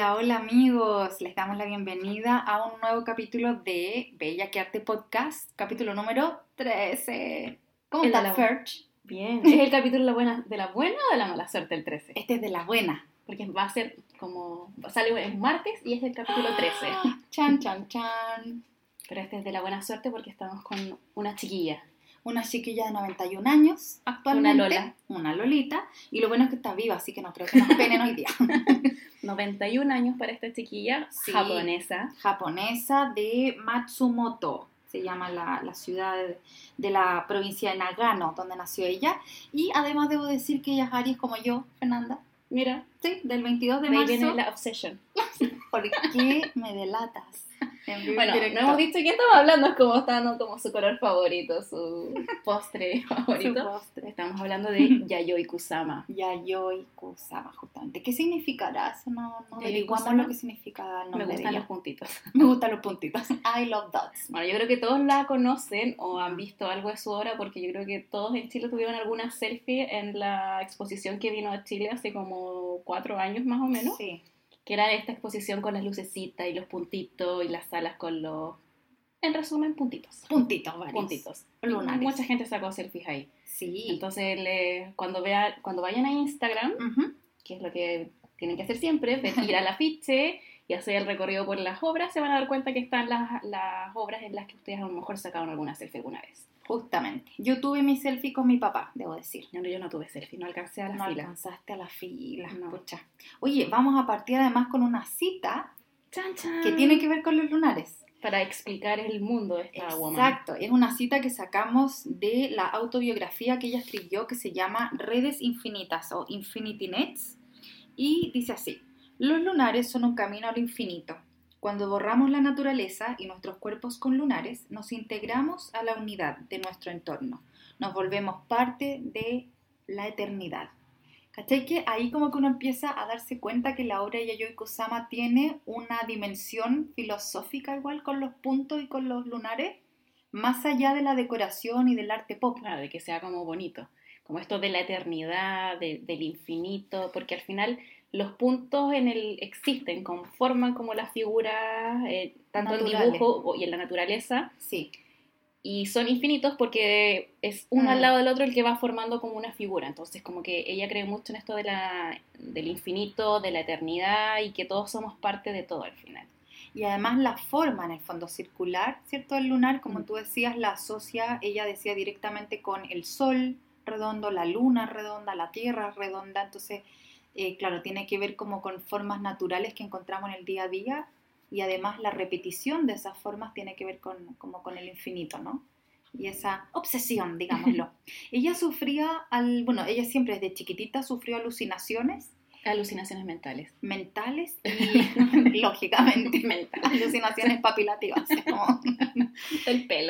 Hola amigos, les damos la bienvenida a un nuevo capítulo de Bella que Arte Podcast, capítulo número 13. ¿Cómo El de estás, la- Ferch? Bien. ¿Es el capítulo de la buena o de la mala suerte el 13? Este es de la buena. Porque va a ser como... Sale el martes y es el capítulo 13. Chan, chan, chan. Pero este es de la buena suerte porque estamos con una chiquilla. Una chiquilla de 91 años actualmente. Una Lola. Una Lolita. Y lo bueno es que está viva, así que no creo que nos penen hoy día. 91 años para esta chiquilla, Sí. japonesa. De Matsumoto. Se llama la ciudad de la provincia de Nagano, donde nació ella. Y además debo decir que ella es Aries como yo, Fernanda. Mira, Sí, del 22 de de ahí marzo. viene la obsession. ¿Por qué me delatas? En vivo y Bueno, directo. no hemos dicho quién estamos hablando, es como está, ¿no? Como su color favorito, su postre favorito. Su postre. Estamos hablando de Yayoi Kusama. Yayoi Kusama, justamente. ¿Qué significará? Eso no Yayoi averiguamos Kusama. lo que significa el Me nombre de gustan ella. los puntitos. Me gustan los puntitos. I love dots. Bueno, yo creo que todos la conocen o han visto algo de su obra porque yo creo que todos en Chile tuvieron alguna selfie en la exposición que vino a Chile hace como 4 años más o menos, Sí. que era esta exposición con las lucecitas y los puntitos y las salas con los... En resumen, puntitos. Puntitos varios. Puntitos. Lunares. Mucha gente sacó selfies ahí. Sí. Entonces, cuando vayan a Instagram, Ujú. que es lo que tienen que hacer siempre, ir al afiche y hacer el recorrido por las obras, se van a dar cuenta que están las obras en las que ustedes a lo mejor sacaron alguna selfie alguna vez. Justamente. Yo tuve mi selfie con mi papá, debo decir. Yo no tuve selfie, no alcancé a la No fila. alcanzaste a la fila. No. Pucha. Oye, vamos a partir además con una cita ¡Chan, chan! que tiene que ver con los lunares. Para explicar el mundo de esta woman. Exacto, es una cita que sacamos de la autobiografía que ella escribió que se llama Redes Infinitas o Infinity Nets y dice así: los lunares son un camino al infinito. Cuando borramos la naturaleza y nuestros cuerpos con lunares, nos integramos a la unidad de nuestro entorno. Nos volvemos parte de la eternidad. ¿Cachai? Que ahí como que uno empieza a darse cuenta que la obra de Yayoi Kusama tiene una dimensión filosófica igual con los puntos y con los lunares, más allá de la decoración y del arte pop. Claro, de que sea como bonito. Como esto de la eternidad, del infinito, porque al final los puntos existen, conforman como las figuras, tanto Naturales. en dibujo y en la naturaleza, Sí, y son infinitos porque es uno al lado del otro el que va formando como una figura. Entonces como que ella cree mucho en esto del infinito, de la eternidad y que todos somos parte de todo al final. y además la forma en el fondo circular, ¿cierto? El lunar, como tú decías, la asocia, ella decía directamente con el sol redondo, la luna redonda, la tierra redonda, entonces, claro, tiene que ver como con formas naturales que encontramos en el día a día y además la repetición de esas formas tiene que ver como con el infinito, ¿no? Y esa obsesión, digámoslo. Ella ella siempre desde chiquitita sufrió alucinaciones Alucinaciones mentales. mentales y lógicamente Mentales. alucinaciones papilativas, como El pelo.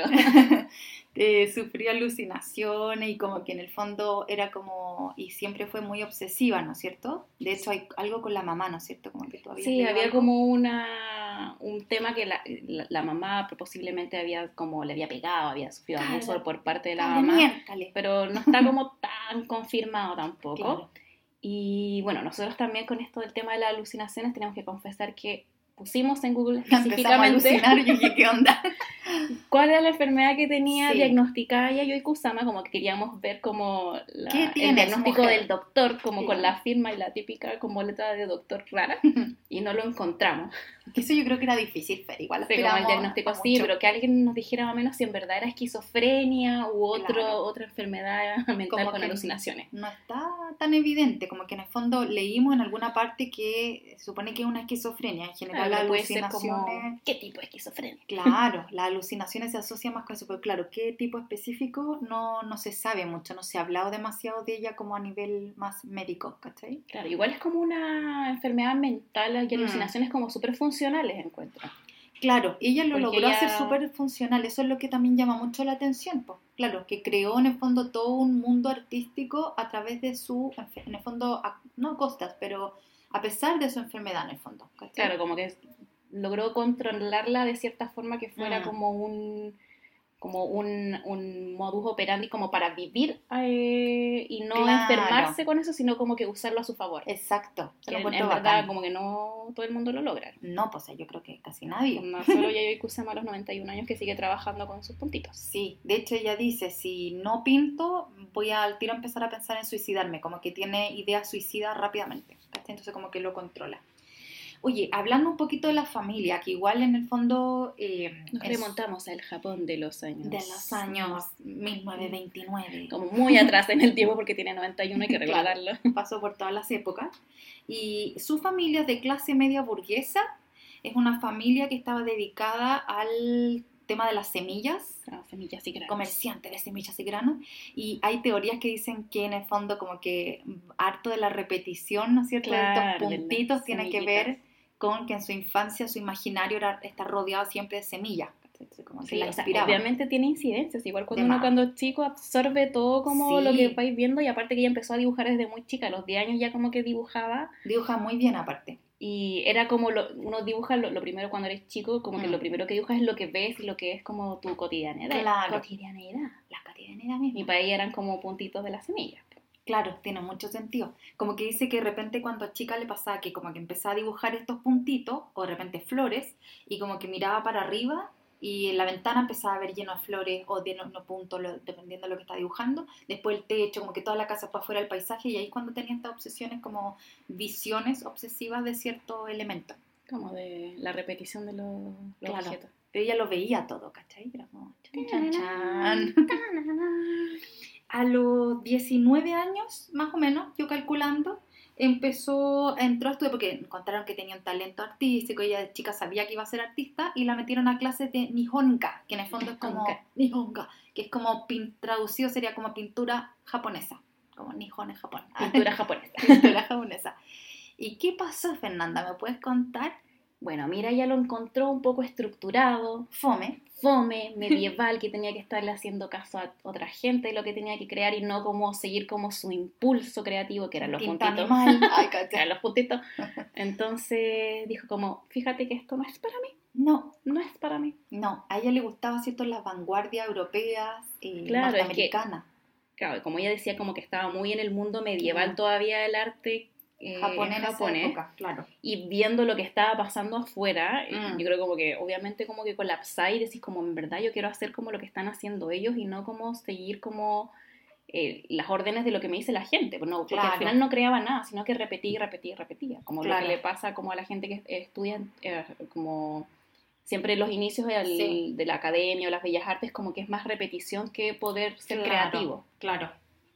sufría alucinaciones y como que en el fondo era como, y siempre fue muy obsesiva, ¿no es cierto? De hecho hay algo con la mamá, ¿no es cierto? Como que tú habías Sí, leído había algo. como un tema que la mamá posiblemente le había pegado, había sufrido Claro. abuso por parte de la Dale, mamá, miércale. pero no está como tan confirmado tampoco. Claro. Y bueno, nosotros también con esto del tema de las alucinaciones tenemos que confesar que pusimos en Google Empezamos a específicamente alucinar y yo dije, ¿qué onda? cuál era la enfermedad que tenía Sí. diagnosticada Yayoi Kusama, como que queríamos ver como ¿Qué el tienes, diagnóstico mujer? del doctor, como Sí. con la firma y la típica como letra de doctor rara, y no lo encontramos. Que eso yo creo que era difícil, pero igual Sí, como el esperamos diagnóstico a sí, mucho. pero que alguien nos dijera más o menos si en verdad era esquizofrenia u Claro. otra enfermedad mental Como con que alucinaciones. no está tan evidente, como que en el fondo leímos en alguna parte que se supone que es una esquizofrenia, en general las Claro, puede ser como, alucinaciones, ¿qué tipo de esquizofrenia? claro, las alucinaciones se asocian más con eso, pero claro, qué tipo específico no se sabe mucho, no se ha hablado demasiado de ella como a nivel más médico, ¿cachai? Claro, igual es como una enfermedad mental y alucinaciones como súper funcionales, encuentro. Claro, ella lo Porque logró hacer ella- súper funcional, eso es lo que también llama mucho la atención, pues. Claro, que creó en el fondo todo un mundo artístico a través de en el fondo, no a costas, pero a pesar de su enfermedad en el fondo, ¿cachai? Claro, como que logró controlarla de cierta forma que fuera como como un modus operandi como para vivir y no Claro. enfermarse con eso, sino como que usarlo a su favor. Exacto. Se Que lo en encuentro verdad bacán. como que no todo el mundo lo logra. No, pues yo creo que casi nadie. No solo Yayoi Kusama a los 91 años que sigue trabajando con sus puntitos. Sí, de hecho ella dice, si no pinto, voy al tiro a empezar a pensar en suicidarme, como que tiene ideas suicidas rápidamente, ¿cachai? Entonces como que lo controla. Oye, hablando un poquito de la familia, que igual en el fondo Nos remontamos al Japón de los años 1929. como muy atrás en el tiempo porque tiene 91, hay que Claro, recordarlo. pasó por todas las épocas. Y su familia es de clase media burguesa, es una familia que estaba dedicada al tema de las semillas, Semillas y granos. comerciante de semillas y granos, y hay teorías que dicen que en el fondo como que harto de la repetición, ¿no es cierto?, Claro, de estos puntitos las tiene que semillitas. ver con que en su infancia su imaginario era estar rodeado siempre de semillas, entonces como que Sí, la o sea, inspiraba. obviamente tiene incidencias, igual cuando De uno más. cuando es chico absorbe todo como Sí. lo que vais viendo y aparte que ella empezó a dibujar desde muy chica, a los 10 años ya como que dibujaba Dibuja muy bien aparte. y era como uno dibuja lo primero cuando eres chico, como que lo primero que dibujas es lo que ves y lo que es como tu cotidianidad. Claro. Cotidianidad. La cotidianidad misma. Y para ella eran como puntitos de la semilla. Claro, tiene mucho sentido. Como que dice que de repente cuando a chica le pasaba que como que empezaba a dibujar estos puntitos o de repente flores y como que miraba para arriba y en la ventana empezaba a ver lleno de flores o de no puntos, dependiendo de lo que está dibujando. Después el techo, como que toda la casa fue afuera del paisaje y ahí es cuando tenía estas obsesiones como visiones obsesivas de ciertos elementos. Como de la repetición de los Claro. objetos. Pero ella lo veía todo, ¿cachai? Era como chan, chan, chan. A los 19 años, más o menos, yo calculando, entró a estudiar porque encontraron que tenía un talento artístico, ella de chica sabía que iba a ser artista y la metieron a clases de Nihonga, que en el fondo es como Nihonga, que es como traducido sería como pintura japonesa, como Nihon en Japón. Pintura japonesa. Pintura japonesa. ¿Y qué pasó, Fernanda? ¿Me puedes contar? Bueno, mira, ella lo encontró un poco estructurado, Fome, medieval, que tenía que estarle haciendo caso a otra gente de lo que tenía que crear y no como seguir como su impulso creativo, que eran los tinta puntitos. animal. Ay, ¿cachai? Eran los puntitos. Entonces dijo como, fíjate que esto no es para mí. No es para mí. No, a ella le gustaba, ¿cierto?, las vanguardias europeas, Claro, norteamericanas. Claro, como ella decía, como que estaba muy en el mundo medieval todavía el arte Japonés en esa época, claro. Y viendo lo que estaba pasando afuera, yo creo como que obviamente como que colapsáis y decís como en verdad yo quiero hacer como lo que están haciendo ellos y no como seguir como las órdenes de lo que me dice la gente, porque al final no creaba nada, sino que repetía, como lo que le pasa como a la gente que estudia como siempre los inicios de la academia o las bellas artes como que es más repetición que poder ser creativo. Claro,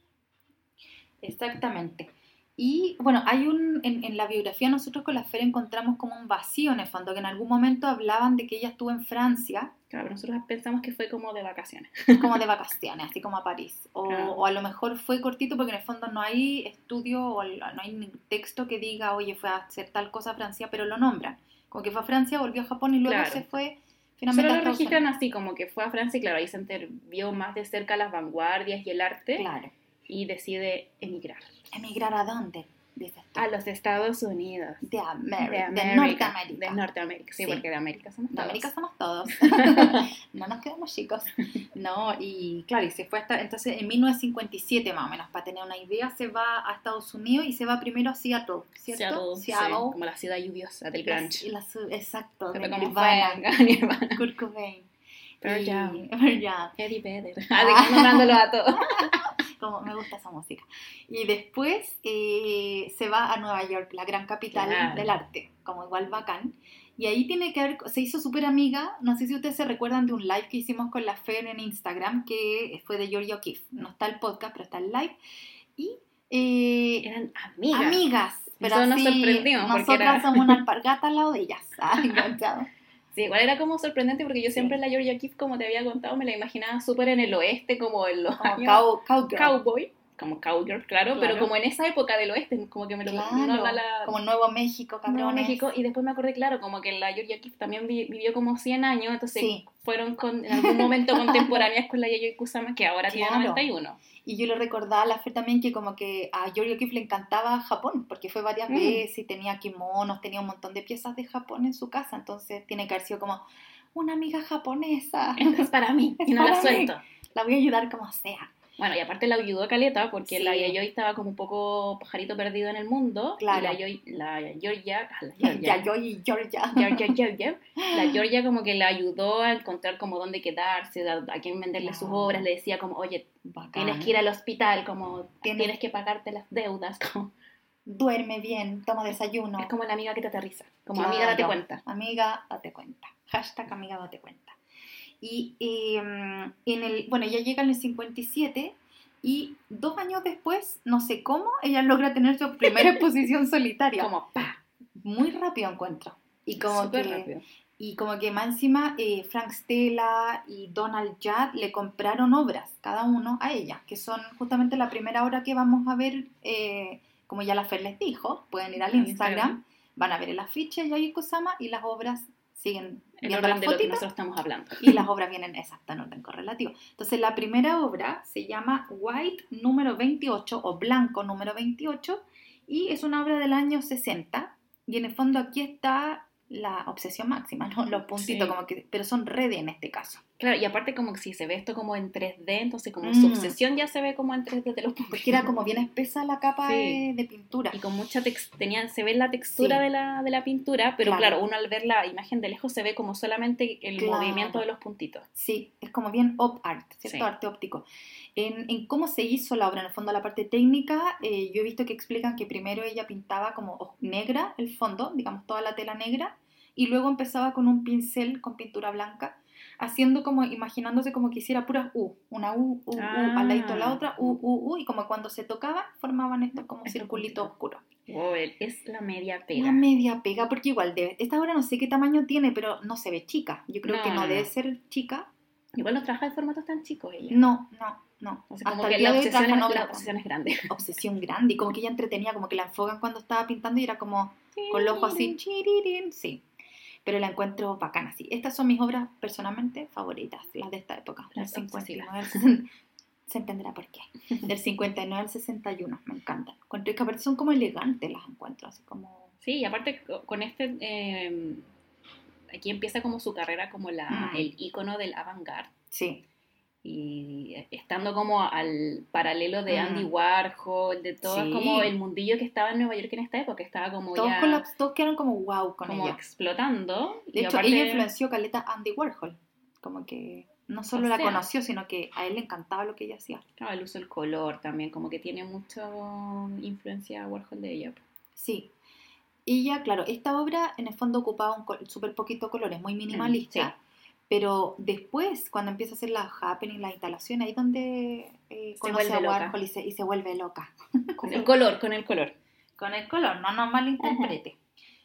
exactamente. Y bueno, hay en la biografía nosotros con la Fer encontramos como un vacío en el fondo, que en algún momento hablaban de que ella estuvo en Francia. Claro, pero nosotros pensamos que fue como de vacaciones. Como de vacaciones, así como a París. O a lo mejor fue cortito porque en el fondo no hay estudio o no hay ni texto que diga, oye, fue a hacer tal cosa a Francia, pero lo nombran. Como que fue a Francia, volvió a Japón y luego se fue finalmente a Estados Unidos. Solo lo registran así, como que fue a Francia y claro, ahí se vio más de cerca las vanguardias y el arte. Claro. Y decide emigrar. ¿Emigrar a dónde? Dices tú. A los Estados Unidos. De Norteamérica. De Norteamérica, sí, porque de América somos todos. De América somos todos. No nos quedamos chicos. No, y claro, y se fue entonces en 1957 más o menos, para tener una idea, se va a Estados Unidos y se va primero a Seattle, ¿cierto? Seattle. Sí, como la ciudad lluviosa del grunge. Exacto, de Nirvana. Kurt Cobain. Pearl Jam. Eddie Vedder. Nombrándolo a todos. Como me gusta esa música. Y después se va a Nueva York, la gran capital del arte, como igual bacán. Y ahí se hizo súper amiga, no sé si ustedes se recuerdan de un live que hicimos con la Fer en Instagram, que fue de Georgia O'Keeffe. No está el podcast, pero está el live. Y eran amigas. Pero eso así, nos sorprendimos. Nosotras somos una alpargata al lado de ellas. Sí, igual era como sorprendente porque yo siempre la Georgia O'Keeffe, como te había contado, me la imaginaba súper en el oeste, como en los años cowboy, como cowgirl, claro, pero como en esa época del oeste, como que me lo como Nuevo México, cabrones. Nuevo México, y después me acordé, claro, como que la Georgia O'Keeffe también vivió como 100 años, entonces fueron en algún momento contemporáneas con la Yayoi Kusama, que ahora tiene 91. Y yo le recordaba a la Fer también que como que a Georgia O'Keeffe le encantaba Japón, porque fue varias veces y tenía kimonos, tenía un montón de piezas de Japón en su casa, entonces tiene que haber sido como una amiga japonesa. Esto es para mí y no la para mí. suelto. La voy a ayudar como sea. Bueno, y aparte la ayudó a Caleta porque Sí. la Yayoi estaba como un poco pajarito perdido en el mundo. Claro. Y la Georgia, Yayoi y Georgia. La Georgia como que la ayudó a encontrar como dónde quedarse, a quién venderle sus Claro. obras. Le decía como, oye, Bacán. tienes que ir al hospital, como tienes que pagarte las deudas. Como, duerme bien, toma desayuno. es como la amiga que te aterriza. Como Claro. amiga, date cuenta. Amiga, date cuenta. Hashtag amiga, date cuenta. Y bueno, ella llega en el 57 y 2 años después, no sé cómo, ella logra tener su primera exposición solitaria. Como, pa. Muy rápido encuentro. Y como Súper que, rápido. y como que más encima Frank Stella y Donald Judd le compraron obras, cada uno a ella, que son justamente la primera obra que vamos a ver, como ya la Fer les dijo, pueden ir al Instagram, van a ver el afiche de Yayoi Kusama y las obras siguen El viendo orden las de lo que fotitos nosotros estamos hablando. y las obras vienen exacto en orden correlativo. Entonces la primera obra se llama White número 28 o Blanco número 28 y es una obra del año 60 y en el fondo aquí está la obsesión máxima, ¿no? Los puntitos, Sí. como que, pero son redes en este caso. Claro, y aparte como que si se ve esto como en 3D, entonces como su obsesión ya se ve como en 3D de los puntos. Porque era como bien espesa la capa Sí. de pintura. Y con mucha se ve la textura Sí. de la pintura, pero Claro. claro, uno al ver la imagen de lejos se ve como solamente el Claro. movimiento de los puntitos. Sí, es como bien op art, ¿cierto? Sí. Arte óptico. En cómo se hizo la obra, en el fondo la parte técnica, yo he visto que explican que primero ella pintaba como negra el fondo, digamos toda la tela negra, y luego empezaba con un pincel con pintura blanca, haciendo como, imaginándose como que hiciera puras U, una U, al ladito de la otra, U, y como cuando se tocaban formaban estos como circulitos oscuros. Wow, es la media pega. La media pega, porque igual, esta obra no sé qué tamaño tiene, pero no se ve chica, yo creo que no debe ser chica. Igual no trabaja de formatos tan chicos ella. No. O sea, como Hasta que el día la de hoy trabaja en obras. obsesión es grande. Obsesión grande, y como que ella entretenía, como que la enfocan cuando estaba pintando y era como con los ojos así, chirirín, sí. Pero la encuentro bacana, sí. Estas son mis obras personalmente favoritas, las de esta época, del 59 al 60. Se entenderá por qué. Del 59 al 61, me encantan. Encuentro que aparte son como elegantes, las encuentro, así como... Sí, y aparte con aquí empieza como su carrera como el ícono del avant-garde. Sí. Y estando como al paralelo de Andy Warhol, de todo, Sí. como el mundillo que estaba en Nueva York en esta época, estaba como todos quedaron como wow con como ella. explotando. De hecho, aparte, ella influenció caleta a Andy Warhol. Como que no solo la conoció, sino que a él le encantaba lo que ella hacía. Claro, el uso del color también, como que tiene mucha influencia Warhol de ella. Sí. Ella, claro, esta obra en el fondo ocupaba súper poquito color, es muy minimalista. Sí. Pero después, cuando empieza a hacer la happening, la instalación, ahí es donde conoce a Warhol y se vuelve loca. Con el color. Con el color, no nos malinterprete.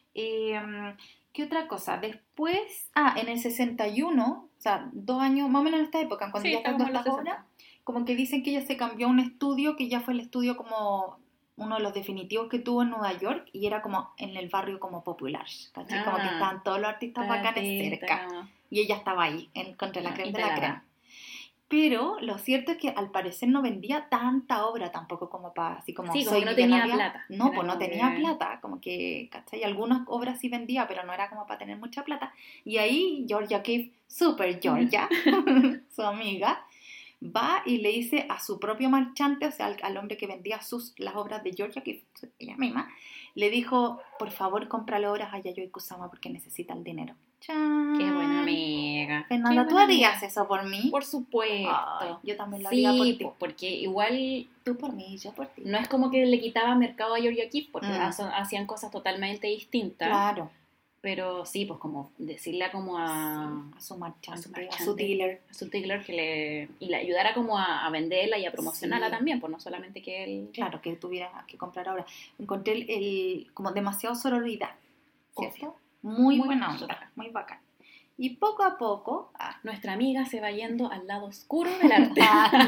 ¿Qué otra cosa? Después, en el 61, o sea, 2 años, más o menos en esta época, cuando ya está esta obra, como que dicen que ella se cambió a un estudio, que ya fue el estudio como uno de los definitivos que tuvo en Nueva York, y era como en el barrio como popular, ¿cachai? Como que estaban todos los artistas bacanes cerca. Y ella estaba ahí, contra la crema de la crema. Pero lo cierto es que al parecer no vendía tanta obra tampoco como para, así como sí, soy como no tenía plata. No, pues no tenía plata, como que, ¿cachai? Algunas obras sí vendía, pero no era como para tener mucha plata. Y ahí Georgia Keefe, super Georgia, su amiga, va y le dice a su propio marchante, o sea, al hombre que vendía las obras de Georgia Keefe, ella misma, le dijo, por favor, cómprale obras a Yayoi Kusama porque necesita el dinero. ¡Chan! ¡Qué buena amiga! Fernanda, ¿tú harías eso por mí? Por supuesto. Ay, yo también lo haría por ti. Porque igual... Tú por mí, yo por ti. No es como que le quitaba mercado a Georgia Keefe, porque hacían cosas totalmente distintas. Claro. Pero sí, pues como decirle como a su marchante, a su dealer. A su dealer y le ayudara como a venderla y a promocionarla también, pues no solamente que él... Claro, que tuviera que comprar ahora. Encontré como demasiado sororidad, ¿cierto? Muy buena onda, muy bacán. Y poco a poco... nuestra amiga se va yendo al lado oscuro del arte.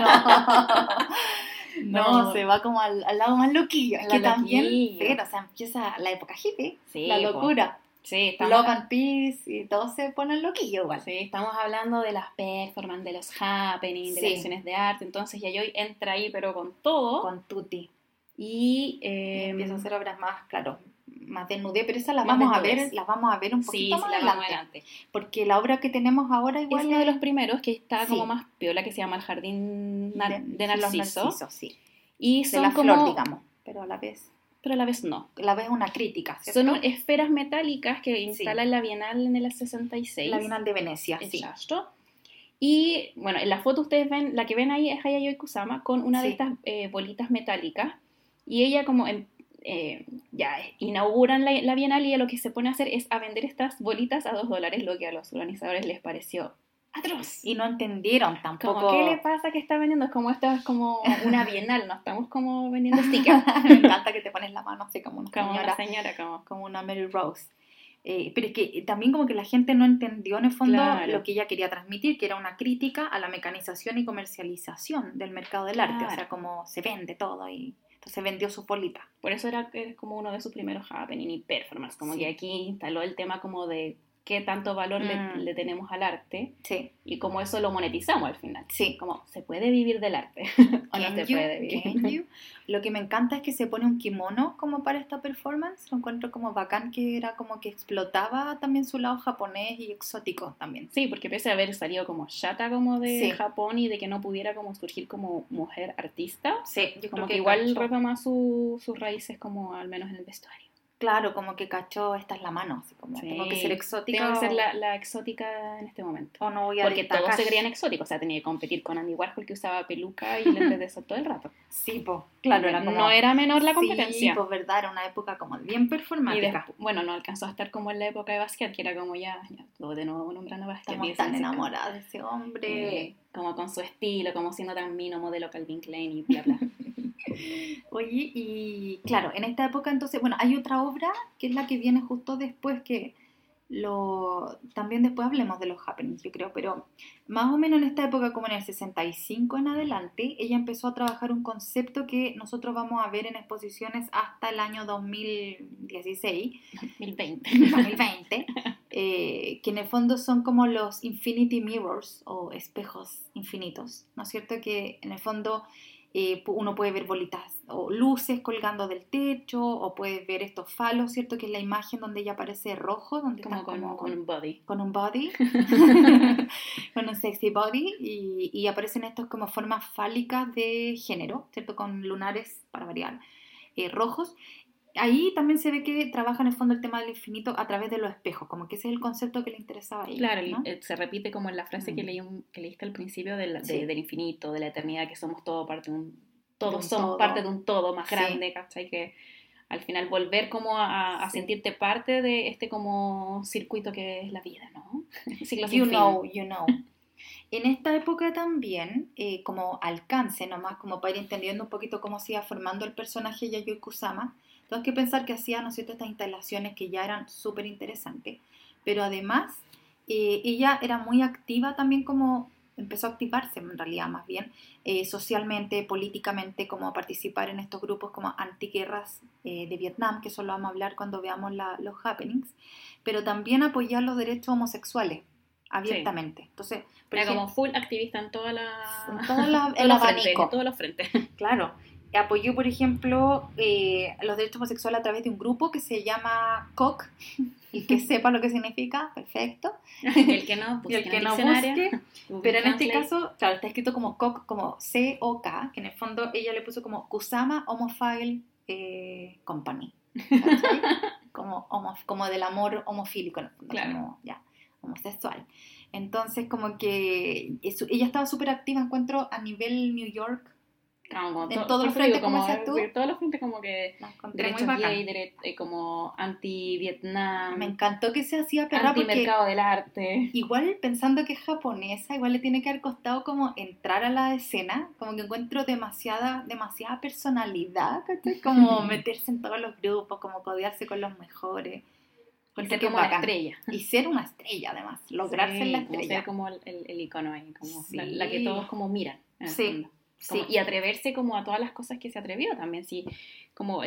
No, se va como al lado más loquillo. Es que también, pero, o sea, empieza la época hippie, sí, la locura. Sí, Love and Peace y todos se ponen loquillos igual. Sí, estamos hablando de las performances, de los happenings, de las acciones de arte. Entonces Yayoi entra ahí, pero con todo. Con tutti. Y empieza a hacer obras más, claro, más desnudez, pero esas las Más vamos desnudez. las vamos a ver un poquito Sí, más la vamos adelante. adelante. Porque la obra que tenemos ahora Es igual uno de los primeros que está Sí. como más piola, que se llama El Jardín de los Narciso. narcisos, sí. Y De son la como... flor, digamos, pero a la vez no. una crítica, ¿cierto? Son esferas metálicas que instala en la Bienal en el 66. La Bienal de Venecia, sí. Exacto. Y bueno, en la foto ustedes ven, la que ven ahí es Hayao Kusama con una de estas bolitas metálicas. Y ella como ya inauguran la Bienal y ella lo que se pone a hacer es a vender estas bolitas a $2, lo que a los organizadores les pareció atroz. Y no entendieron tampoco. Como, ¿qué le pasa que está vendiendo? Es como esto es como una Bienal, no estamos como vendiendo stickers. Me encanta que te pones la mano así como una señora, como una Mary Rose. Pero es que también como que la gente no entendió en el fondo lo que ella quería transmitir, que era una crítica a la mecanización y comercialización del mercado del arte, o sea, como se vende todo y entonces vendió su bolita. Por eso era como uno de sus primeros happening y performance, como que aquí instaló el tema como de qué tanto valor le tenemos al arte y cómo eso lo monetizamos al final. Sí. Como, ¿se puede vivir del arte? ¿O no se puede vivir? Lo que me encanta es que se pone un kimono como para esta performance. Lo encuentro como bacán, que era como que explotaba también su lado japonés y exótico también. Sí, porque pese a haber salido como chata como de Japón y de que no pudiera como surgir como mujer artista, yo como que igual retoma sus raíces como al menos en el vestuario. Claro, como que cachó, esta es la mano, así como tengo que ser exótica. Tengo que ser la exótica en este momento. O no voy a porque destacar. todos se creían exóticos, o sea, tenía que competir con Andy Warhol que usaba peluca y lentes de sol todo el rato. Sí, pues, claro, era como... No era menor la competencia. Sí, pues verdad, era una época como bien performática. Y bueno, no alcanzó a estar como en la época de Basquiat, que era como ya todo de nuevo nombrando a Basquiat. Estamos tan enamoradas de ese hombre. Como con su estilo, como siendo tan mino, modelo Calvin Klein y bla, bla. Oye, y claro, en esta época entonces, bueno, hay otra obra que es la que viene justo después, que también después hablemos de los happenings, yo creo, pero más o menos en esta época, como en el 65 en adelante, ella empezó a trabajar un concepto que nosotros vamos a ver en exposiciones hasta el año 2016. 2020, que en el fondo son como los infinity mirrors o espejos infinitos, ¿no es cierto? Que en el fondo... uno puede ver bolitas o luces colgando del techo, o puedes ver estos falos, ¿cierto? Que es la imagen donde ella aparece rojo, donde como con un body. Con un body, con un sexy body, y aparecen estos como formas fálicas de género, ¿cierto? Con lunares, para variar, rojos. Ahí también se ve que trabaja en el fondo el tema del infinito a través de los espejos, como que ese es el concepto que le interesaba a ella. Claro, ¿no? Se repite como en la frase que leíste al principio del infinito, de la eternidad, que somos todo parte de todos somos parte de un todo más grande, ¿cachai? Que al final volver como a sentirte parte de este como circuito que es la vida, ¿no? You know. En esta época también, como alcance nomás, como para ir entendiendo un poquito cómo se iba formando el personaje Yayoi Kusama, tenemos que pensar que hacía, ¿no es cierto?, estas instalaciones que ya eran súper interesantes, pero además ella era muy activa también, como empezó a activarse en realidad más bien, socialmente, políticamente, como a participar en estos grupos como antiguerras de Vietnam, que eso lo vamos a hablar cuando veamos los happenings, pero también apoyar los derechos homosexuales abiertamente. Entonces, era como full activista en todas todos los frentes. Claro. Apoyó, por ejemplo, los derechos homosexuales a través de un grupo que se llama COC, y que sepa lo que significa, perfecto. Y el que no, y el que no busque. Pero en este caso, claro, está escrito como COC, como C-O-K, que en el fondo ella le puso como Kusama Homophile Company. ¿Cachai? como del amor homofílico, en el fondo, claro. como ya, homosexual. Entonces, como que ella estaba súper activa, encuentro, a nivel New York. En todos los frentes, como decías tú. Todos los frentes, como que derechos gay, como anti-Vietnam. Me encantó que se hacía perra anti-mercado del arte. Igual, pensando que es japonesa, igual le tiene que haber costado como entrar a la escena, como que encuentro demasiada personalidad, ¿cachai? Como meterse en todos los grupos, como codearse con los mejores. Y ser como la estrella. Y ser una estrella, además. Lograrse ser la estrella. Ser como el icono ahí, como la que todos como miran. Sí. Como, y atreverse como a todas las cosas que se atrevió también, sí, como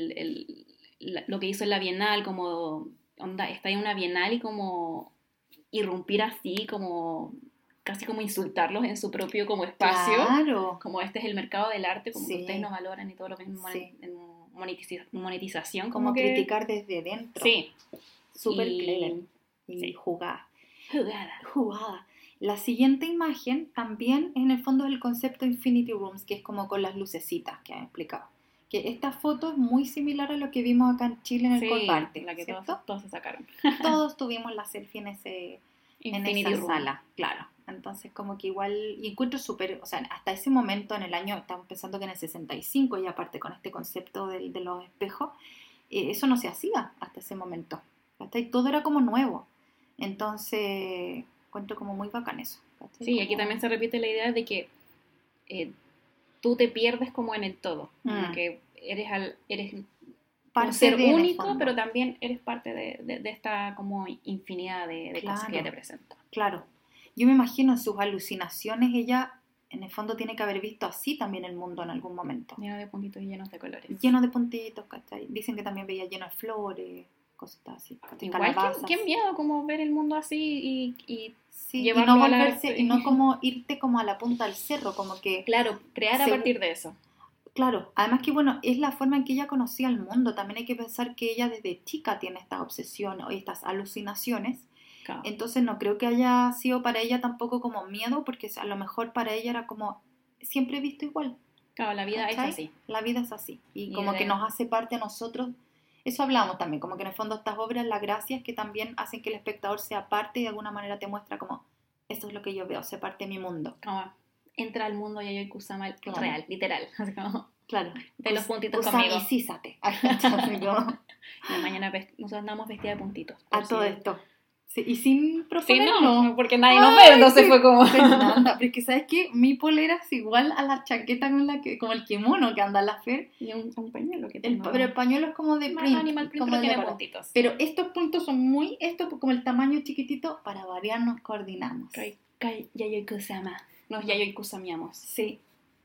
lo que hizo en la Bienal, como está en una Bienal y como irrumpir así, como casi como insultarlos en su propio como espacio, claro. como este es el mercado del arte, como que ustedes no valoran y todo lo mismo en monetización. Como que... criticar desde dentro. Sí. Súper clever. Y sí. jugada. Jugada. La siguiente imagen también en el fondo es el concepto Infinity Rooms, que es como con las lucecitas que han explicado. Que esta foto es muy similar a lo que vimos acá en Chile en el Colbarte, la que todos se sacaron. Todos tuvimos la selfie en esa Room. sala, claro. Entonces como que igual, y encuentro súper, o sea, hasta ese momento en el año, estamos pensando que en el 65, y aparte con este concepto de los espejos, eso no se hacía hasta ese momento. Hasta ahí todo era como nuevo. Entonces, encuentro como muy bacán eso. Sí, como... aquí también se repite la idea de que tú te pierdes como en el todo. Como que eres un ser único, pero también eres parte de esta como infinidad de cosas que ella te presenta. Claro. Yo me imagino en sus alucinaciones ella, en el fondo, tiene que haber visto así también el mundo en algún momento. Lleno de puntitos y llenos de colores. Lleno de puntitos, ¿cachai? Dicen que también veía lleno de flores, cositas así. Igual, qué miedo como ver el mundo así y sí, llevarlo y no volverse, y no como irte como a la punta del cerro, como que... Claro, crear a partir de eso. Claro, además que bueno, es la forma en que ella conocía el mundo. También hay que pensar que ella desde chica tiene esta obsesión o estas alucinaciones. Claro. Entonces no creo que haya sido para ella tampoco como miedo, porque a lo mejor para ella era como, siempre he visto igual. Claro, la vida es así. La vida es así. Y como que nos hace parte a nosotros. Eso hablamos también, como que en el fondo estas obras, la gracia es que también hacen que el espectador sea parte y de alguna manera te muestra como, esto es lo que yo veo, sé parte de mi mundo. Entra al mundo Yayoi Kusama real, literal. Claro. De los puntitos conmigo. Kusamicízate. Mañana nosotros andamos vestidas de puntitos. A todo esto. Sí, y sin proponer, sí, no, porque nadie nos ve, entonces sí, fue como... Fernanda, pero es que ¿sabes qué? Mi polera es igual a la chaqueta con la que, como el kimono que anda a la Fer. Y un pañuelo que tengo. Pero el pañuelo es como de print. Animal print, como pero tiene puntitos. Pero estos puntos son muy, como el tamaño chiquitito, para variar nos coordinamos. Yayoi Kusama. Nos Yayoi Kusamiamos. Sí.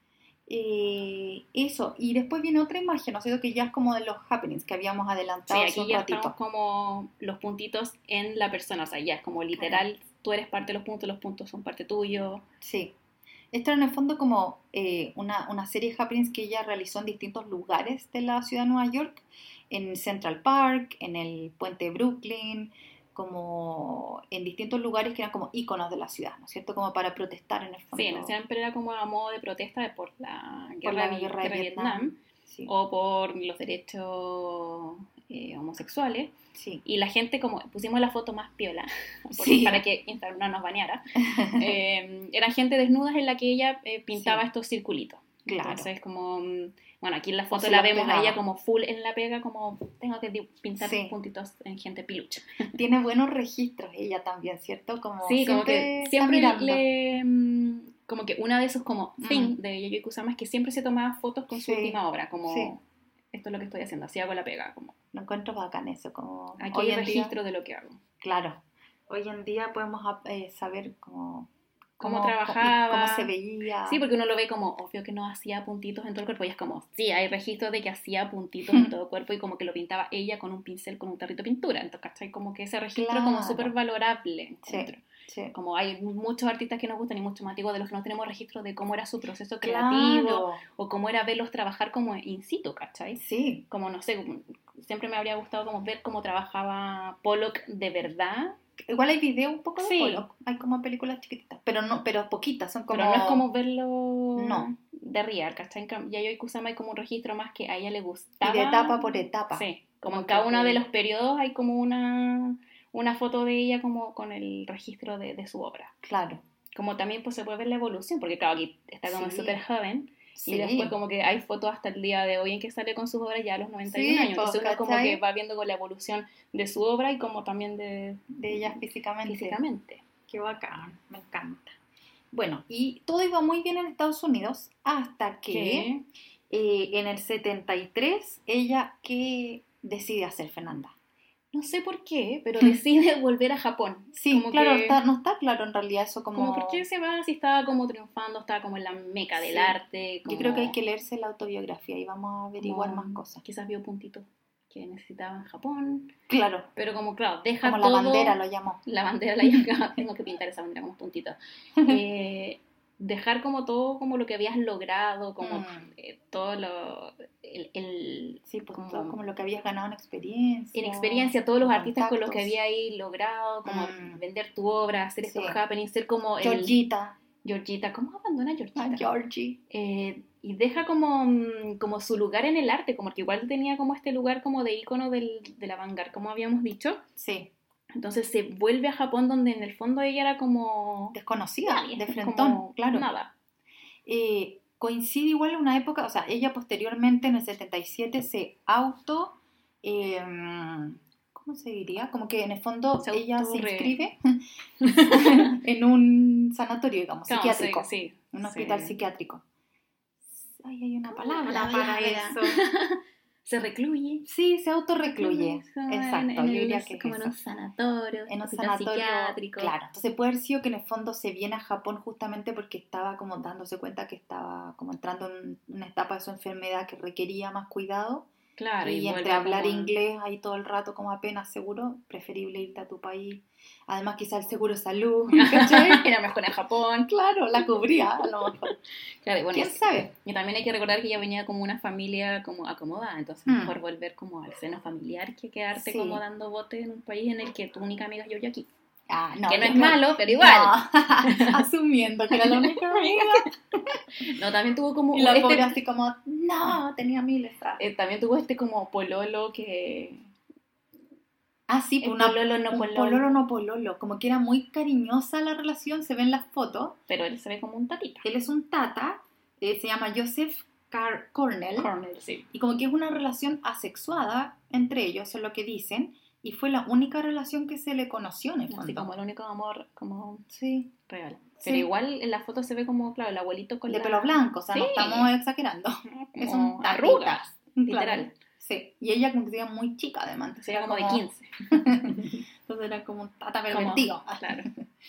Eso, y después viene otra imagen, ¿no es cierto? Que ya es como de los happenings que habíamos adelantado hace un ratito. Estamos como los puntitos en la persona, o sea, ya es como literal, tú eres parte de los puntos son parte tuyo. Sí. Esto era en el fondo como una serie de happenings que ella realizó en distintos lugares de la ciudad de Nueva York, en Central Park, en el puente de Brooklyn, como en distintos lugares que eran como íconos de la ciudad, ¿no es cierto? Como para protestar en el fondo. Sí, siempre era como a modo de protesta por la guerra de Vietnam. Sí. O por los derechos homosexuales. Sí. Y la gente, como pusimos la foto más piola, para que Instagram no nos baneara, eran gente desnudas en la que ella pintaba estos circulitos. Claro. Entonces, como... Bueno, aquí en la foto la vemos a ella como full en la pega, como tengo que pintar puntitos en gente pilucha. Tiene buenos registros ella también, ¿cierto? Como sí, como que siempre como que una de esos como thing de Yayoi Kusama es que siempre se tomaba fotos con su última obra, como esto es lo que estoy haciendo, así hago la pega, como... Lo encuentro bacán eso, como... Aquí hay registro de lo que hago. Claro. Hoy en día podemos saber cómo trabajaba, cómo se veía. Sí, porque uno lo ve como, obvio que no hacía puntitos en todo el cuerpo, y es como, sí, hay registros de que hacía puntitos en todo el cuerpo, y como que lo pintaba ella con un pincel, con un tarrito de pintura, entonces, ¿cachai? Como que ese registro como súper valorable, encuentro. Sí. Como hay muchos artistas que nos gustan y muchos más antiguos de los que no tenemos registro de cómo era su proceso creativo, o cómo era verlos trabajar como in situ, ¿cachai? Sí. Como, no sé, siempre me habría gustado como ver cómo trabajaba Pollock de verdad. Igual hay videos un poco de Pollock, hay como películas chiquititas, pero poquitas, son como... Pero no es como verlo de real, ¿cachai? Yayoi Kusama hay como un registro más que a ella le gustaba. Y de etapa por etapa. Sí, como en cada uno de los periodos hay como una foto de ella como con el registro de su obra. Claro. Como también pues se puede ver la evolución, porque claro, aquí está como súper joven. Sí. Y después como que hay fotos hasta el día de hoy en que sale con sus obras ya a los 91 años. Entonces uno como que va viendo con la evolución de su obra y como también de ella físicamente. Qué bacán, me encanta. Bueno, y todo iba muy bien en Estados Unidos hasta que en el 73 ella, ¿qué decide hacer, Fernanda? No sé por qué, pero decide volver a Japón. Sí, como claro, no está claro en realidad eso como... ¿Por qué se va? Si estaba como triunfando, estaba como en la meca del arte. Como... Yo creo que hay que leerse la autobiografía y vamos a averiguar más cosas. Quizás vio puntitos que necesitaba en Japón. Claro. Pero como, claro, deja como todo... la bandera lo llamó. La bandera la llamó. Tengo que pintar esa bandera como puntitos. Dejar como todo como lo que habías logrado, como todo Sí, pues todo como lo que habías ganado en experiencia. En experiencia, todos los artistas con los que contactos. había ahí logrado, como vender tu obra, hacer estos Sí. happenings, ser como Georgita, ¿cómo abandona Georgita? Georgie. Y deja como su lugar en el arte, como que igual tenía como este lugar como de ícono del avant-garde, como habíamos dicho. Sí. Entonces se vuelve a Japón donde en el fondo ella era como... Desconocida, nadie, de frentón, como claro. nada. Coincide igual en una época, o sea, ella posteriormente en el 77 se ¿cómo se diría? Como que en el fondo ella se inscribe en un sanatorio, digamos, psiquiátrico. Sí, un hospital psiquiátrico. Ay, hay una palabra la para vida. eso. Se recluye. Sí, se autorrecluye. Como Exacto, yo diría que como es en un eso. sanatorio. En un sanatorio psiquiátrico. Claro, entonces puede haber sido que en el fondo se viene a Japón justamente porque estaba como dándose cuenta que estaba como entrando en una etapa de su enfermedad que requería más cuidado. Claro, y entre hablar inglés ahí todo el rato como apenas seguro, preferible irte a tu país. Además quizá el seguro de salud, ¿cachai? Era mejor en Japón. Claro, la cubría a lo mejor. Claro, bueno, ¿Quién sabe? Y también hay que recordar que ella venía como una familia como acomodada, entonces mejor volver como al seno familiar que quedarte como dando bote en un país en el que tu única amiga es yo aquí. No, que no es malo, pero igual. No. Asumiendo que era la única amiga. No, también tuvo como... Y la pobre así como, no, tenía miles. También tuvo como pololo que... Sí, pololo no pololo. Como que era muy cariñosa la relación, se ven las fotos. Pero él se ve como un tatita. Él es un tata, se llama Joseph Cornell. Sí. Y como que es una relación asexuada entre ellos, eso es lo que dicen. Y fue la única relación que se le conoció en el fondo. Así como el único amor como real. Sí. Pero igual en la foto se ve como, claro, el abuelito con de pelo blanco, o sea, no estamos exagerando. Es un arrugas, literal. Claro. Sí, y ella como que era muy chica además. Era como de 15. Entonces era como un tata pervertido. Claro.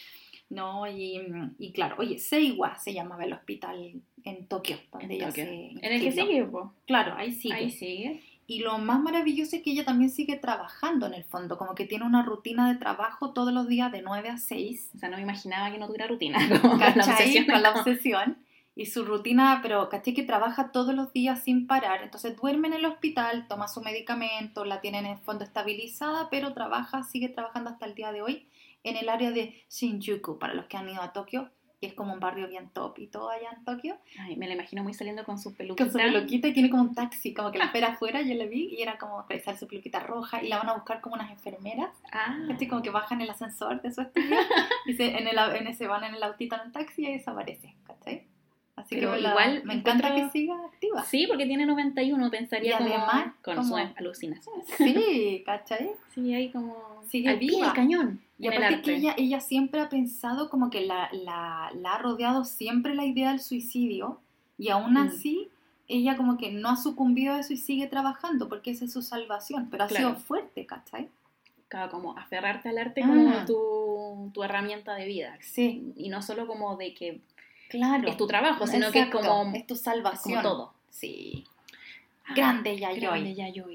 No, y claro, oye, Seiwa se llamaba el hospital en Tokio, donde ella se inscribió. En el que sigue, pues. Claro, ahí sigue. Y lo más maravilloso es que ella también sigue trabajando en el fondo, como que tiene una rutina de trabajo todos los días de 9 a 6. O sea, no me imaginaba que no tuviera rutina. ¿Cachai? Con la obsesión. Y su rutina, pero ¿cachai? Que trabaja todos los días sin parar. Entonces duerme en el hospital, toma su medicamento, la tiene en el fondo estabilizada, pero sigue trabajando hasta el día de hoy en el área de Shinjuku, para los que han ido a Tokio. Que es como un barrio bien top y todo allá en Tokio. Ay, me la imagino muy saliendo con su peluquita. Con su peluquita y tiene como un taxi, como que la espera afuera, yo la vi, y era como realizar su peluquita roja y la van a buscar como unas enfermeras. Así como que bajan el ascensor de su estudio y se van en el autito en el taxi y desaparece, ¿cachai? Así pero que igual me encanta que siga activa. Sí, porque tiene 91, pensaría y además, con sus alucinaciones. Sí, ¿cachai? Sí, ahí como sigue al pie del cañón. Y aparte que ella siempre ha pensado como que la ha rodeado siempre la idea del suicidio, y aún así ella como que no ha sucumbido a eso y sigue trabajando porque esa es su salvación, pero ha sido fuerte, ¿cachai? Claro, como aferrarte al arte como tu herramienta de vida. Sí. Y no solo como de que es tu trabajo, sino que es tu salvación. Es como todo. Sí. Grande Yayoi. Grande Yayoi.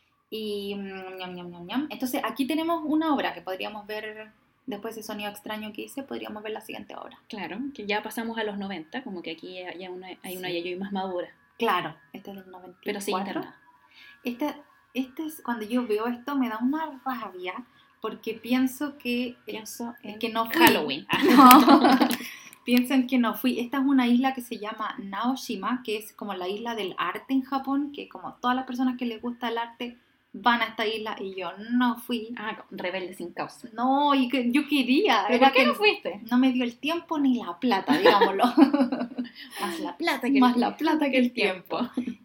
Y entonces aquí tenemos una obra que podríamos ver después de ese sonido extraño que hice, podríamos ver la siguiente obra. Claro, que ya pasamos a los 90, como que aquí hay una Yayoi más madura. Claro, esta es del 94. Pero sí internada. Esta es, cuando yo veo esto me da una rabia porque pienso que no fui. Halloween. No. Pienso en que no fui. Esta es una isla que se llama Naoshima, que es como la isla del arte en Japón, que como todas las personas que les gusta el arte van a esta isla, y yo no fui. Rebelde sin causa. No, y que yo quería. ¿Pero por qué no fuiste? No me dio el tiempo ni la plata, digámoslo. Más la plata que el tiempo.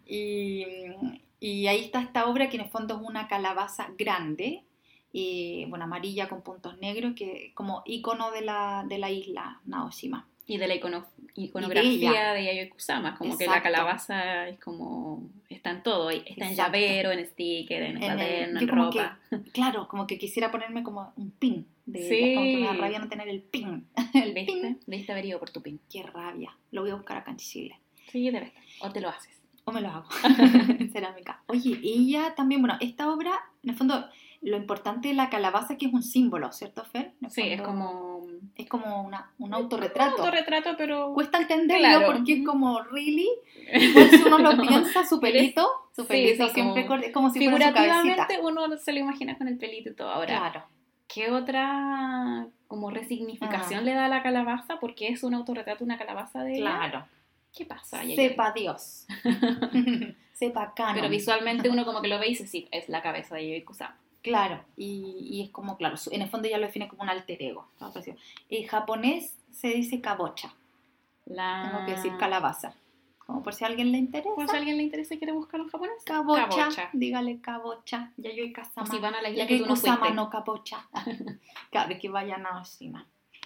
Y ahí está esta obra que en el fondo es una calabaza grande, amarilla con puntos negros, que como ícono de la isla Naoshima. Y de la iconografía de Yayoi Kusama, como que la calabaza es como, está en todo, está en llavero, en sticker, en cuaderno, en ropa. Claro, como que quisiera ponerme como un pin, como que me da rabia no tener el pin. Debiste haber ido por tu pin. Qué rabia, lo voy a buscar acá en Chile. Sí, debe estar, o te lo haces. O me lo hago, en cerámica. Oye, ella también, esta obra, en el fondo, lo importante de la calabaza es que es un símbolo, ¿cierto, Fer? Sí, es como un autorretrato. Un autorretrato, pero... Cuesta entenderlo porque es como, ¿really? Igual si uno lo piensa, su pelito Súper Sí, liso, sí, siempre como como si fuera su cabecita. figurativamente uno se lo imagina con el pelito y todo. Ahora, Claro. ¿qué otra como resignificación Mm, le da a la calabaza? Porque es un autorretrato, una calabaza de ella. claro. ¿Qué pasa, Yayoi? Sepa Dios. Sepa Pero canon. visualmente uno como que lo ve y dice, sí, es la cabeza de Yayoi Kusama. Claro, y es como, claro, en el fondo ya lo define como un alter ego. En japonés se dice kabocha, tengo que decir calabaza. Como por si a alguien le interesa. Por si a alguien le interesa y quiere buscarlo en japonés. Kabocha, dígale kabocha. Yayoi O Kusama. si van a la isla que Yayoi tú no Kusama fuiste. no kabocha. Claro, que vayan a Oshima.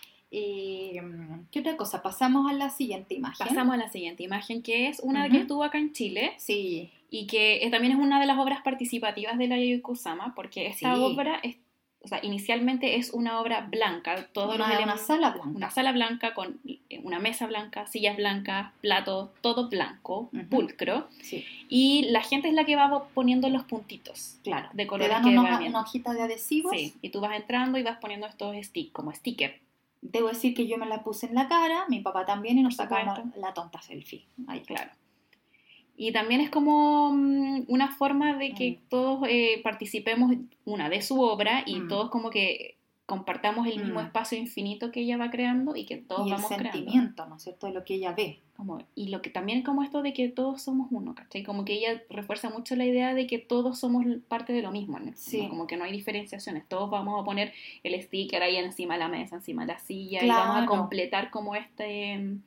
¿Qué otra cosa? Pasamos a la siguiente imagen. Pasamos a la siguiente imagen, que es una Ujú. que estuvo acá en Chile. Sí. Y que también es una de las obras participativas de la Yayoi Kusama, porque esta Sí. obra o sea, inicialmente es una obra blanca, Una sala blanca. Una sala blanca con una mesa blanca, sillas blancas, platos, todo blanco, Ujú. pulcro. Sí, Y la gente es la que va poniendo los puntitos claro. de Te colores dan que una van viendo. hojita de adhesivos. Sí, y tú vas entrando y vas poniendo estos como stickers. Debo decir que yo me la puse en la cara, mi papá también, y nos Por sacamos supuesto. la tonta selfie. Ahí, Claro. Y también es como una forma de que todos participemos de su obra y todos como que compartamos el mismo espacio infinito que ella va creando y que todos Y el vamos sentimiento, creando. ¿no es cierto?, de lo que ella ve. Y lo que también como esto de que todos somos uno, ¿cachai? Como que ella refuerza mucho la idea de que todos somos parte de lo mismo, ¿no? Sí. Como que no hay diferenciaciones, todos vamos a poner el sticker ahí encima de la mesa, encima de la silla, Claro. y vamos a completar como este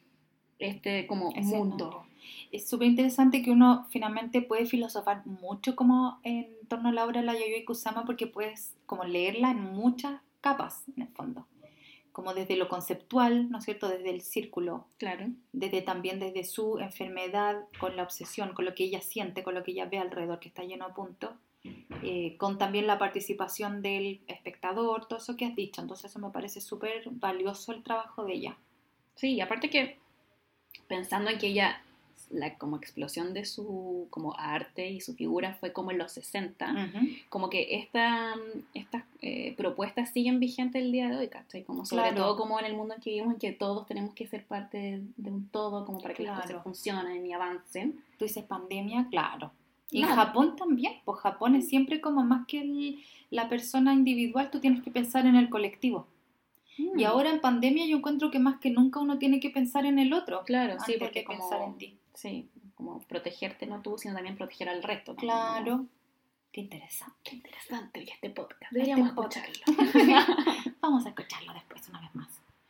como Ese mundo. Es súper interesante que uno finalmente puede filosofar mucho como en torno a la obra de la Yayoi Kusama, porque puedes como leerla en muchas capas, en el fondo. Como desde lo conceptual, ¿no es cierto?, desde el círculo. Claro. También desde su enfermedad con la obsesión, con lo que ella siente, con lo que ella ve alrededor, que está lleno de puntos. Con también la participación del espectador, todo eso que has dicho. Entonces eso me parece súper valioso el trabajo de ella. Sí, y aparte que pensando en que ella, la como explosión de su como arte y su figura fue como en los 60, como que estas propuestas siguen vigentes el día de hoy, ¿cachai? Como sobre todo como en el mundo en que vivimos, en que todos tenemos que ser parte de un todo, como para que las cosas funcionen y avancen. Tú dices pandemia, claro. Y en Japón también, pues Japón es siempre como más que la persona individual, tú tienes que pensar en el colectivo. Y ahora en pandemia yo encuentro que más que nunca uno tiene que pensar en el otro. Claro, antes sí, porque de pensar en ti. Sí, como protegerte no tú, sino también proteger al resto. ¿No? Claro. Como... Qué interesante. Qué interesante este podcast. Deberíamos escucharlo. Vamos a escucharlo después una vez más.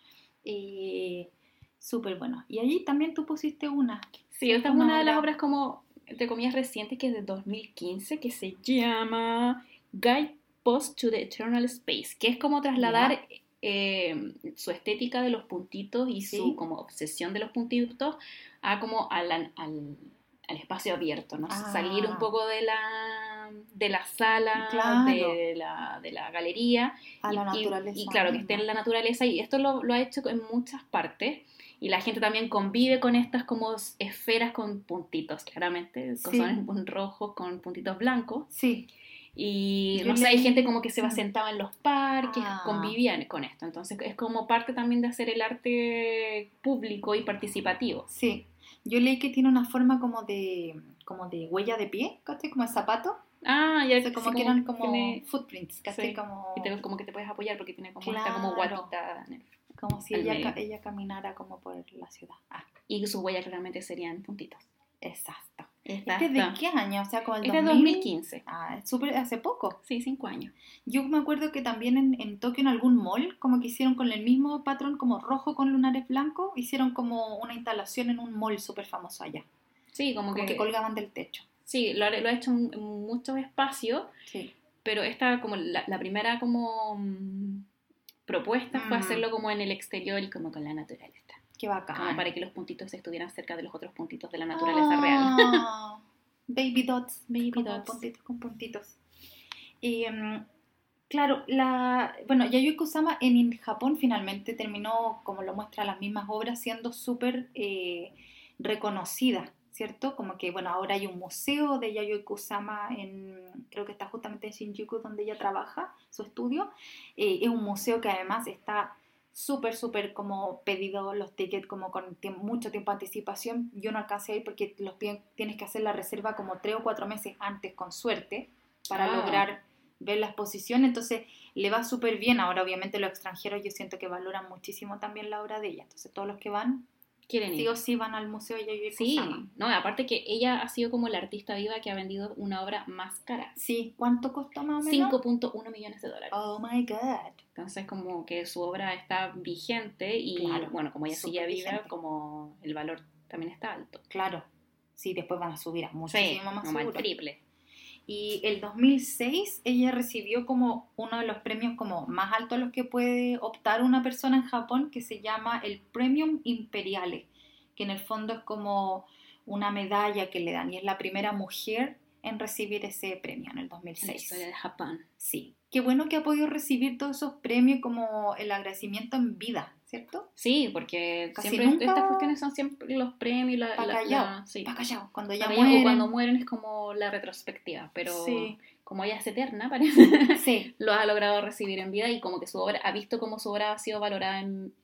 Súper bueno. Y allí también tú pusiste una. Sí, esta es una de las obras como, entre comillas, recientes, que es de 2015, que se llama Guide Post to the Eternal Space, que es como trasladar su estética de los puntitos y su como obsesión de los puntitos a como al espacio abierto, ¿no? Salir un poco de la sala, de la galería a la naturaleza y claro, que esté en la naturaleza, y esto lo ha hecho en muchas partes. Y la gente también convive con estas como esferas con puntitos, claramente, corazones rojos con puntitos blancos. Sí. Y no sé, hay gente como que se sentaba en los parques, convivían con esto. Entonces es como parte también de hacer el arte público y participativo. Sí. Yo leí que tiene una forma como de huella de pie, ¿cachai? Como de zapato. Ah, ya. O sea, como que eran como footprints, ¿cachai? Sí. Como... Y como que te puedes apoyar porque tiene como esta como guatita en el... Como si ella caminara como por la ciudad. Y sus huellas claramente serían puntitos. Exacto. ¿Este de qué año? O sea, como el 2015. Es súper hace poco. Sí, 5 años. Yo me acuerdo que también en Tokio, en algún mall, como que hicieron con el mismo patrón, como rojo con lunares blancos, hicieron como una instalación en un mall súper famoso allá. Sí, como que colgaban del techo. Sí, lo ha hecho en muchos espacios. Sí. Pero esta como la primera como propuesta fue hacerlo como en el exterior y como con la naturaleza. Qué bacán. Como para que los puntitos estuvieran cerca de los otros puntitos de la naturaleza real. Baby dots. Puntitos con puntitos. Claro, Yayoi Kusama en Japón finalmente terminó, como lo muestra las mismas obras, siendo súper reconocida, ¿cierto? Como que, ahora hay un museo de Yayoi Kusama, creo que está justamente en Shinjuku, donde ella trabaja, su estudio. Es un museo que además está súper, súper como pedido los tickets como con mucho tiempo de anticipación. Yo no alcancé a ir porque tienes que hacer la reserva como 3 o 4 meses antes con suerte para lograr ver la exposición, entonces le va súper bien. Ahora obviamente los extranjeros yo siento que valoran muchísimo también la obra de ella, entonces todos los que van quieren sí ir. o sí van al Museo Yayoi Sí, Kusama. no, aparte que ella ha sido como la artista viva que ha vendido una obra más cara. Sí, ¿cuánto costó más o menos? $5.1 millones. Oh my god. Entonces como que su obra está vigente y Claro, bueno, como ella sigue viva, vigente. como el valor también está alto. Claro, sí, después van a subir a muchísimo más como seguro. el triple. Y el 2006 ella recibió como uno de los premios como más altos a los que puede optar una persona en Japón, que se llama el Premium Imperiale, que en el fondo es como una medalla que le dan y es la primera mujer en recibir ese premio en el 2006. En la historia de Japón. Sí, qué bueno que ha podido recibir todos esos premios como el agradecimiento en vida, ¿cierto? Sí, porque Casi siempre nunca estas cuestiones son siempre los premios, sí. Cuando ya Para mueren. o cuando mueren es como la retrospectiva, pero sí. como ella es eterna, parece, sí. lo ha logrado recibir en vida y como que su obra, ha visto como su obra ha sido valorada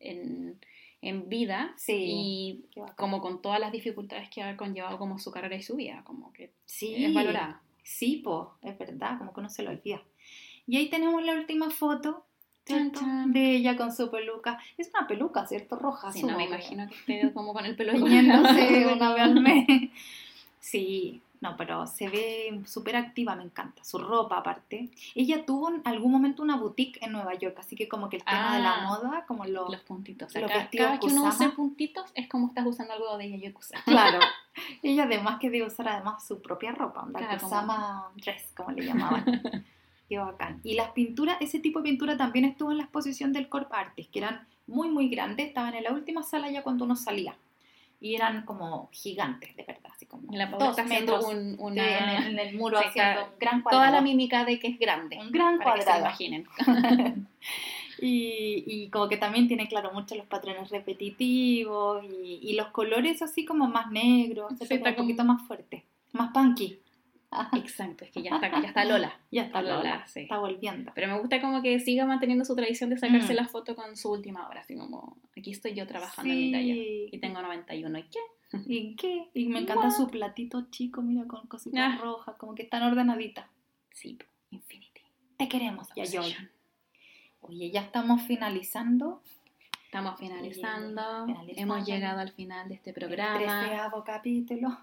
en vida Sí. y como con todas las dificultades que ha conllevado como su carrera y su vida, como que sí. es valorada. Sí, es verdad, como que no se lo olvida. Y ahí tenemos la última foto, ¿cierto? Chan, chan. De ella con su peluca. Es una peluca, ¿cierto? Roja. Sí, no me imagino que esté como con el pelo Peñándose una vez al mes. Sí, no, pero se ve súper activa, me encanta. Su ropa, aparte. Ella tuvo en algún momento una boutique en Nueva York, así que como que el tema de la moda, como los puntitos. O sea, los cada que uno Kusama. use puntitos es como estás usando algo de Yayoi Kusama. Claro. Ella además que debe usar además su propia ropa, Claro, Kusama dress, como le llamaban. Qué bacán. Y las pinturas, ese tipo de pintura también estuvo en la exposición del Corp Artist, que eran muy, muy grandes. Estaban en la última sala ya cuando uno salía. Y eran como gigantes, de verdad. Así como la 2 metros en el muro, sí, haciendo un gran cuadrado. Toda la mímica de que es grande. Un gran para cuadrado. Que se imaginen. y como que también tiene, claro, mucho los patrones repetitivos y los colores así como más negros, Sí, un poquito más fuerte, más punky. Exacto, es que ya está Lola. Ya está Lola, sí. Está volviendo. Pero me gusta como que siga manteniendo su tradición de sacarse la foto con su última obra, así como, aquí estoy yo trabajando en mi taller y tengo 91, ¿y qué? ¿Y qué? Y me encanta su platito chico, mira, con cositas rojas, como que están ordenaditas. Sí, Infinity. Te queremos, Yayoi. Oye, ya estamos finalizando. Estamos finalizando. Hemos llegado al final de este programa. El 13º capítulo.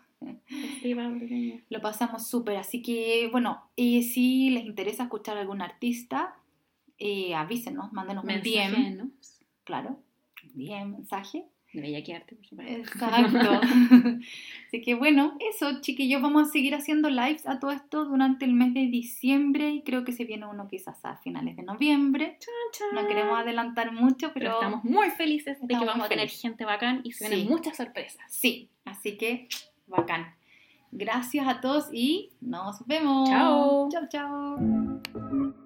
Lo pasamos súper, así que bueno, si les interesa escuchar a algún artista, avísenos, mándenos un DM. ¿No? Claro, DM, mensaje. De Bellaquearte, por supuesto. Exacto. Así que bueno, eso, chiquillos, vamos a seguir haciendo lives a todo esto durante el mes de diciembre y creo que se viene uno quizás a finales de noviembre. Chan, chan. No queremos adelantar mucho, pero estamos muy felices de que vamos a tener gente bacán y se vienen muchas sorpresas. Sí, así que bacán. Gracias a todos y nos vemos. Chao. Chao, chao.